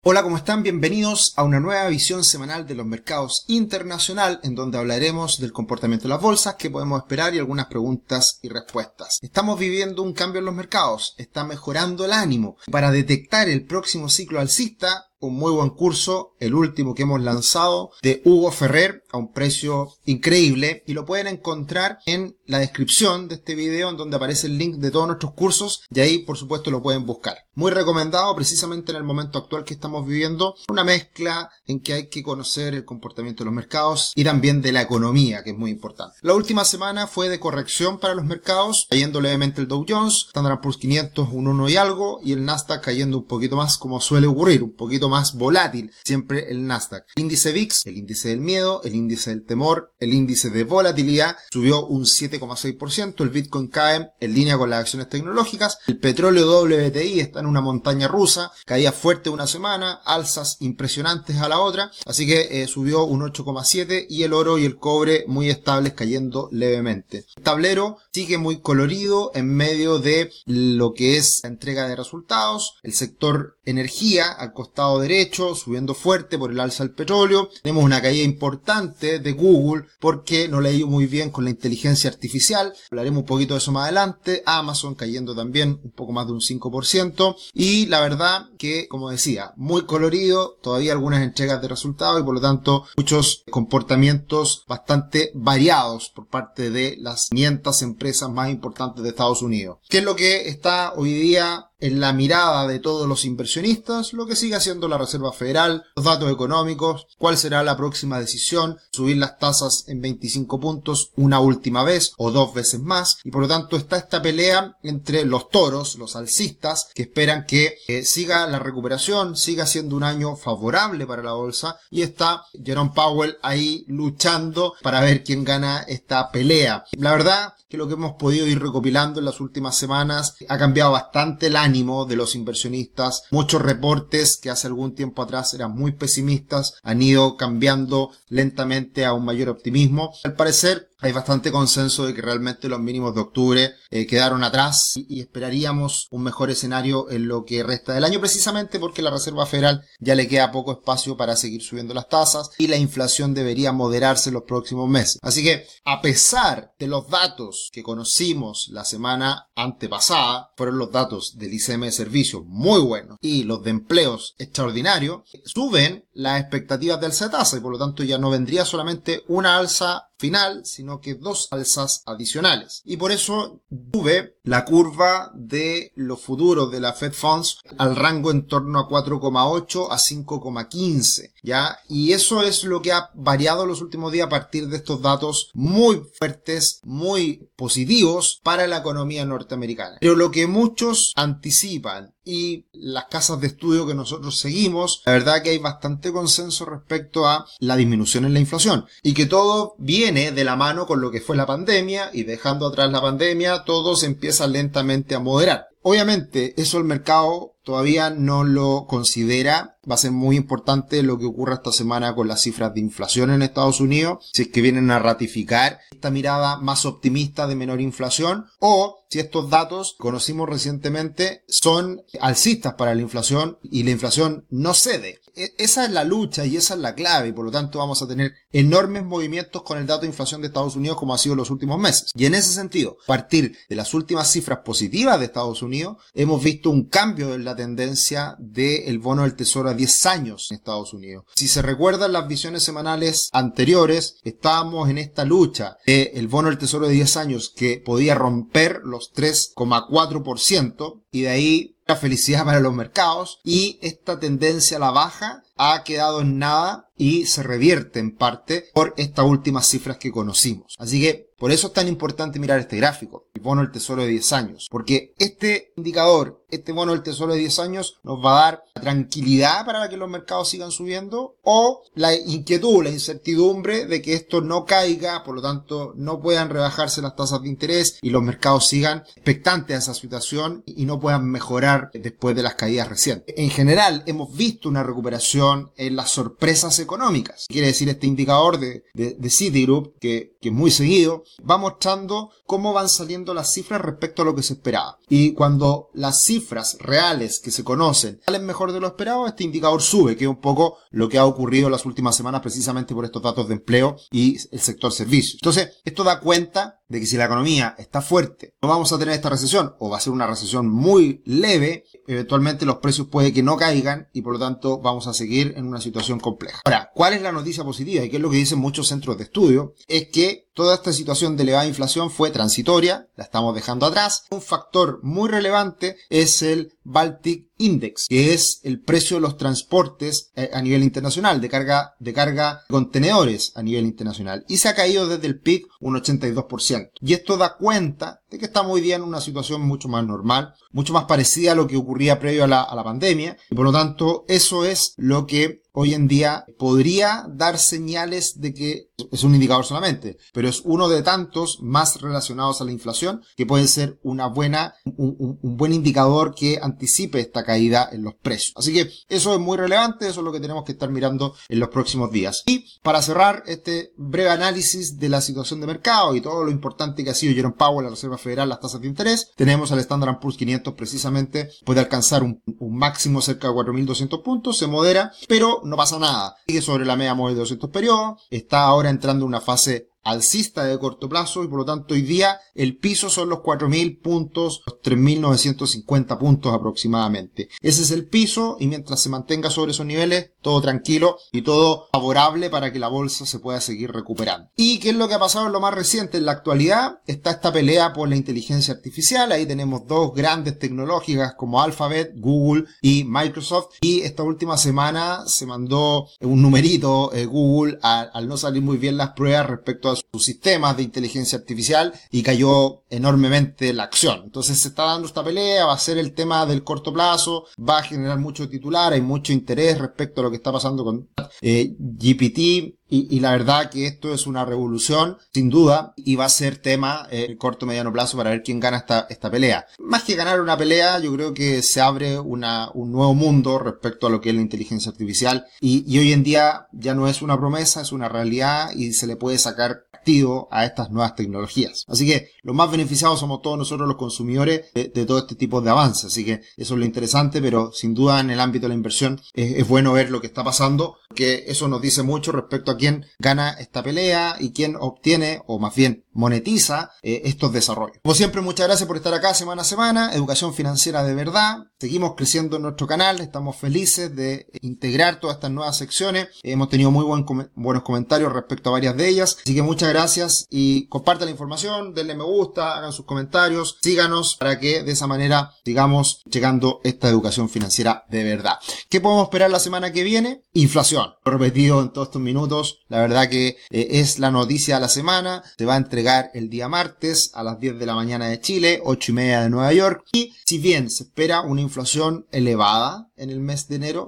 Hola, ¿cómo están? Bienvenidos a una nueva visión semanal de los mercados internacional, en donde hablaremos del comportamiento de las bolsas, qué podemos esperar y algunas preguntas y respuestas. Estamos viviendo un cambio en los mercados, está mejorando el ánimo. Para detectar el próximo ciclo alcista, un muy buen curso, el último que hemos lanzado, de Hugo Ferrer, a un precio increíble, y lo pueden encontrar en la descripción de este video, en donde aparece el link de todos nuestros cursos, y ahí por supuesto lo pueden buscar. Muy recomendado precisamente en el momento actual que estamos viviendo, una mezcla en que hay que conocer el comportamiento de los mercados y también de la economía, que es muy importante. La última semana fue de corrección para los mercados, cayendo levemente el Dow Jones, Standard & Poor's 500 un 1 y algo, y el Nasdaq cayendo un poquito más, como suele ocurrir, un poquito más volátil, siempre el Nasdaq. El índice VIX, el índice del miedo, el índice del temor, el índice de volatilidad subió un 7,6%, el Bitcoin cae en línea con las acciones tecnológicas, el petróleo WTI está en una montaña rusa, caía fuerte una semana, alzas impresionantes a la otra, así que subió un 8,7%, y el oro y el cobre muy estables, cayendo levemente. El tablero sigue muy colorido en medio de lo que es la entrega de resultados, el sector energía al costado derecho subiendo fuerte por el alza del petróleo. Tenemos una caída importante de Google porque no le ha ido muy bien con la inteligencia artificial, hablaremos un poquito de eso más adelante. Amazon cayendo también un poco más de un 5%, y la verdad que, como decía, muy colorido, todavía algunas entregas de resultados y por lo tanto muchos comportamientos bastante variados por parte de las 500 empresas más importantes de Estados Unidos. ¿Qué es lo que está hoy día en la mirada de todos los inversionistas? Lo que sigue haciendo la Reserva Federal, los datos económicos, cuál será la próxima decisión, subir las tasas en 25 puntos una última vez o dos veces más, y por lo tanto está esta pelea entre los toros, los alcistas, que esperan que siga la recuperación, siga siendo un año favorable para la bolsa, y está Jerome Powell ahí luchando para ver quién gana esta pelea. La verdad que lo que hemos podido ir recopilando en las últimas semanas ha cambiado bastante el ánimo de los inversionistas. Muchos reportes que hace algún tiempo atrás eran muy pesimistas han ido cambiando lentamente a un mayor optimismo. Al parecer hay bastante consenso de que realmente los mínimos de octubre quedaron atrás y esperaríamos un mejor escenario en lo que resta del año, precisamente porque la Reserva Federal ya le queda poco espacio para seguir subiendo las tasas y la inflación debería moderarse en los próximos meses. Así que, a pesar de los datos que conocimos la semana antepasada, fueron los datos del ICM de servicios muy buenos y los de empleos extraordinarios, suben las expectativas de alza de tasa y por lo tanto ya no vendría solamente una alza final, sino que dos alzas adicionales. Y por eso sube la curva de los futuros de la Fed Funds al rango en torno a 4,8 a 5,15, ¿ya? Y eso es lo que ha variado los últimos días a partir de estos datos muy fuertes, muy positivos para la economía norteamericana. Pero lo que muchos anticipan y las casas de estudio que nosotros seguimos, la verdad que hay bastante consenso respecto a la disminución en la inflación y que todo viene de la mano con lo que fue la pandemia, y dejando atrás la pandemia todo se empieza lentamente a moderar. Obviamente eso el mercado todavía no lo considera. Va a ser muy importante lo que ocurra esta semana con las cifras de inflación en Estados Unidos, si es que vienen a ratificar esta mirada más optimista de menor inflación, o si estos datos que conocimos recientemente son alcistas para la inflación y la inflación no cede. Esa es la lucha y esa es la clave, y por lo tanto vamos a tener enormes movimientos con el dato de inflación de Estados Unidos como ha sido en los últimos meses. Y en ese sentido, a partir de las últimas cifras positivas de Estados Unidos, hemos visto un cambio en la tendencia del bono del tesoro a 10 años en Estados Unidos. Si se recuerdan las visiones semanales anteriores, estábamos en esta lucha del bono del tesoro de 10 años que podía romper los 3,4%, y de ahí la felicidad para los mercados, y esta tendencia a la baja ha quedado en nada y se revierte en parte por estas últimas cifras que conocimos. Así que por eso es tan importante mirar este gráfico, el bono del tesoro de 10 años, porque este indicador, este bono del tesoro de 10 años nos va a dar la tranquilidad para que los mercados sigan subiendo, o la inquietud, la incertidumbre de que esto no caiga, por lo tanto no puedan rebajarse las tasas de interés y los mercados sigan expectantes a esa situación y no puedan mejorar recuperar después de las caídas recientes. En general, hemos visto una recuperación en las sorpresas económicas. Quiere decir, este indicador de Citigroup, que es muy seguido, va mostrando cómo van saliendo las cifras respecto a lo que se esperaba. Y cuando las cifras reales que se conocen salen mejor de lo esperado, este indicador sube, que es un poco lo que ha ocurrido en las últimas semanas precisamente por estos datos de empleo y el sector servicios. Entonces, esto da cuenta de que si la economía está fuerte, no vamos a tener esta recesión, o va a ser una recesión muy leve, eventualmente los precios puede que no caigan y por lo tanto vamos a seguir en una situación compleja. Ahora, ¿cuál es la noticia positiva? Y qué es lo que dicen muchos centros de estudio, es que toda esta situación de elevada inflación fue transitoria, la estamos dejando atrás. Un factor muy relevante es el Baltic Index, que es el precio de los transportes a nivel internacional, de carga contenedores a nivel internacional, y se ha caído desde el pic un 82%. Y esto da cuenta de que estamos hoy día en una situación mucho más normal, mucho más parecida a lo que ocurría previo a la pandemia, y por lo tanto eso es lo que hoy en día podría dar señales de que es un indicador solamente, pero es uno de tantos más relacionados a la inflación que puede ser un buen indicador que anticipe esta caída en los precios. Así que eso es muy relevante, eso es lo que tenemos que estar mirando en los próximos días. Y para cerrar este breve análisis de la situación de mercado y todo lo importante que ha sido Jerome Powell, la Reserva Federal, las tasas de interés, tenemos al Standard & Poor's 500 precisamente, puede alcanzar un máximo cerca de 4.200 puntos, se modera, pero no pasa nada. Sigue sobre la media móvil de 200 periodos, está ahora entrando en una fase alcista de corto plazo y por lo tanto hoy día el piso son los 4.000 puntos, los 3.950 puntos aproximadamente. Ese es el piso y mientras se mantenga sobre esos niveles, todo tranquilo y todo favorable para que la bolsa se pueda seguir recuperando. ¿Y qué es lo que ha pasado en lo más reciente? En la actualidad está esta pelea por la inteligencia artificial. Ahí tenemos dos grandes tecnológicas como Alphabet, Google y Microsoft, y esta última semana se mandó un numerito Google al no salir muy bien las pruebas respecto a sus sistemas de inteligencia artificial y cayó enormemente la acción. Entonces se está dando esta pelea, va a ser el tema del corto plazo, va a generar mucho titular, hay mucho interés respecto a lo que está pasando con GPT. Y la verdad que esto es una revolución, sin duda, y va a ser tema en corto y mediano plazo para ver quién gana esta pelea. Más que ganar una pelea, yo creo que se abre un nuevo mundo respecto a lo que es la inteligencia artificial, y hoy en día ya no es una promesa, es una realidad, y se le puede sacar partido a estas nuevas tecnologías. Así que los más beneficiados somos todos nosotros los consumidores de todo este tipo de avances. Así que eso es lo interesante, pero sin duda en el ámbito de la inversión es bueno ver lo que está pasando, que eso nos dice mucho respecto a quién gana esta pelea y quién obtiene, o más bien monetiza, estos desarrollos. Como siempre, muchas gracias por estar acá semana a semana. Educación financiera de verdad. Seguimos creciendo en nuestro canal. Estamos felices de integrar todas estas nuevas secciones. Hemos tenido muy buenos comentarios respecto a varias de ellas. Así que muchas gracias y compartan la información, denle me gusta, hagan sus comentarios, síganos para que de esa manera sigamos llegando esta educación financiera de verdad. ¿Qué podemos esperar la semana que viene? Inflación. Lo he repetido en todos estos minutos. La verdad que es la noticia de la semana. Se va a entregar el día martes a las 10 de la mañana de Chile, 8:30 de Nueva York. Y si bien se espera una inflación elevada en el mes de enero,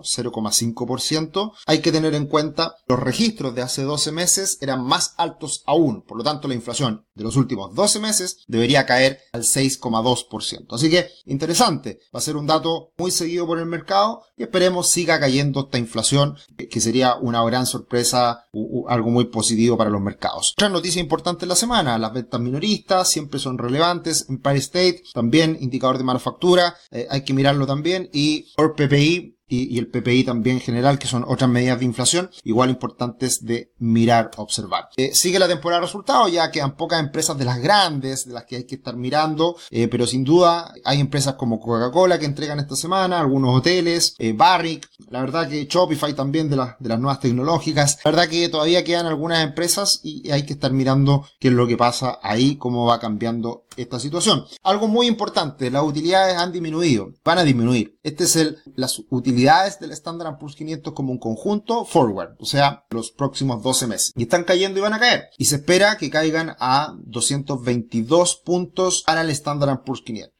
0,5%, hay que tener en cuenta los registros de hace 12 meses eran más altos aún. Por lo tanto, la inflación de los últimos 12 meses debería caer al 6,2%. Así que, interesante. Va a ser un dato muy seguido por el mercado y esperemos siga cayendo esta inflación, que sería una gran sorpresa, algo muy positivo para los mercados. Otra noticia importante en la semana, las ventas minoristas siempre son relevantes. Empire State, también indicador de manufactura, hay que mirarlo también, y por PPI y el PPI también general, que son otras medidas de inflación igual importantes de mirar, observar. Sigue la temporada de resultados, ya quedan pocas empresas de las grandes, de las que hay que estar mirando, pero sin duda hay empresas como Coca-Cola que entregan esta semana, algunos hoteles, Barrick, la verdad que Shopify también de las nuevas tecnológicas. La verdad que todavía quedan algunas empresas y hay que estar mirando qué es lo que pasa ahí, cómo va cambiando esta situación. Algo muy importante, las utilidades han disminuido, van a disminuir. Este es las utilidades del Standard & Poor's 500 como un conjunto forward, o sea, los próximos 12 meses. Y están cayendo y van a caer. Y se espera que caigan a 222 puntos para el Standard & Poor's 500.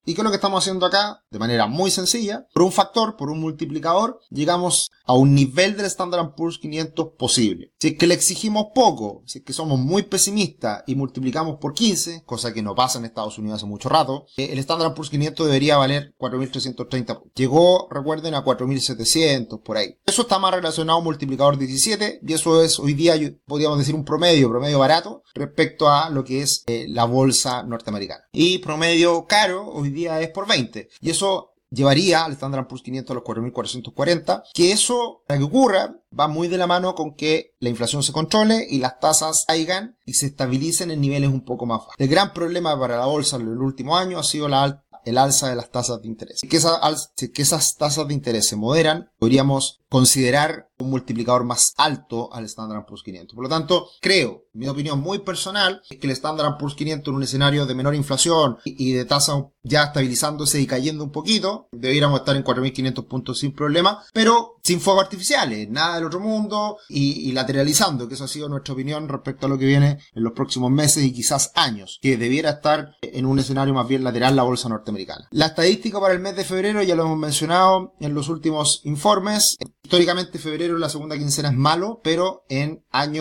¿Y qué es lo que estamos haciendo acá? De manera muy sencilla, por un factor, por un multiplicador, llegamos a un nivel del Standard & Poor's 500 posible. Si es que le exigimos poco, si es que somos muy pesimistas y multiplicamos por 15, cosa que no pasa en Estados Unidos hace mucho rato, el Standard & Poor's 500 debería valer 4.330. Llegó, recuerden, a 4.700 por ahí. Eso está más relacionado a un multiplicador 17 y eso es hoy día, podríamos decir, un promedio barato respecto a lo que es la bolsa norteamericana. Y promedio caro hoy día es por 20. Y eso llevaría al Standard & Poor's 500 a los 4.440, que eso, para que ocurra, va muy de la mano con que la inflación se controle y las tasas caigan y se estabilicen en niveles un poco más bajos. El gran problema para la bolsa en el último año ha sido el alza de las tasas de interés. Si que esas tasas de interés se moderan, podríamos considerar un multiplicador más alto al Standard & Poor's 500. Por lo tanto, creo, mi opinión muy personal, es que el Standard & Poor's 500 en un escenario de menor inflación y de tasa ya estabilizándose y cayendo un poquito, deberíamos estar en 4.500 puntos sin problema, pero sin fuegos artificiales, nada del otro mundo y lateralizando, que eso ha sido nuestra opinión respecto a lo que viene en los próximos meses y quizás años, que debiera estar en un escenario más bien lateral la bolsa norteamericana. La estadística para el mes de febrero ya lo hemos mencionado en los últimos informes. Históricamente febrero, la segunda quincena, es malo, pero en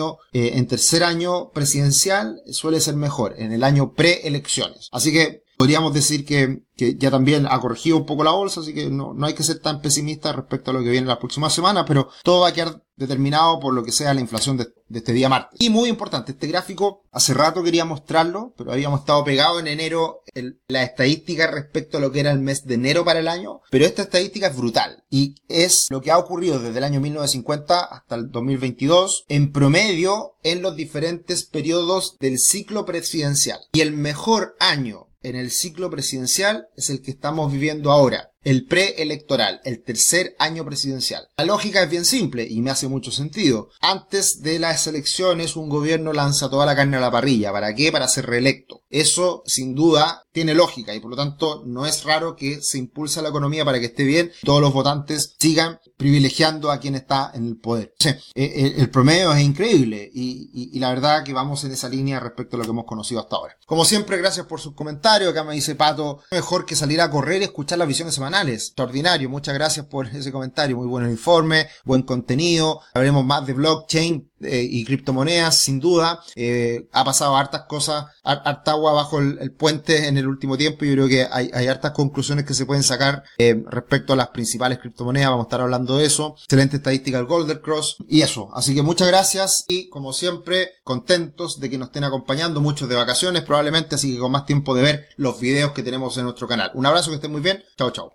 tercer año presidencial suele ser mejor, en el año preelecciones. Así que podríamos decir que ya también ha corregido un poco la bolsa, así que no hay que ser tan pesimista respecto a lo que viene en las próximas semanas, pero todo va a quedar determinado por lo que sea la inflación de este día martes. Y muy importante, este gráfico hace rato quería mostrarlo, pero habíamos estado pegados en enero la estadística respecto a lo que era el mes de enero para el año, pero esta estadística es brutal y es lo que ha ocurrido desde el año 1950 hasta el 2022 en promedio en los diferentes periodos del ciclo presidencial. Y el mejor año en el ciclo presidencial es el que estamos viviendo ahora, el preelectoral, el tercer año presidencial. La lógica es bien simple y me hace mucho sentido. Antes de las elecciones, un gobierno lanza toda la carne a la parrilla. ¿Para qué? Para ser reelecto. Eso, sin duda, tiene lógica y por lo tanto no es raro que se impulse la economía para que esté bien y todos los votantes sigan privilegiando a quien está en el poder. O sea, el promedio es increíble y la verdad que vamos en esa línea respecto a lo que hemos conocido hasta ahora. Como siempre, gracias por sus comentarios. Acá me dice Pato, mejor que salir a correr y escuchar las visiones semanales. Extraordinario, muchas gracias por ese comentario, muy buen informe, buen contenido, hablaremos más de blockchain y criptomonedas, sin duda. Ha pasado hartas cosas, harta agua bajo el puente en el último tiempo y yo creo que hay hartas conclusiones que se pueden sacar respecto a las principales criptomonedas. Vamos a estar hablando de eso. Excelente estadística el Golden Cross y eso, así que muchas gracias y como siempre contentos de que nos estén acompañando, muchos de vacaciones probablemente, así que con más tiempo de ver los videos que tenemos en nuestro canal. Un abrazo, que estén muy bien, chao chao.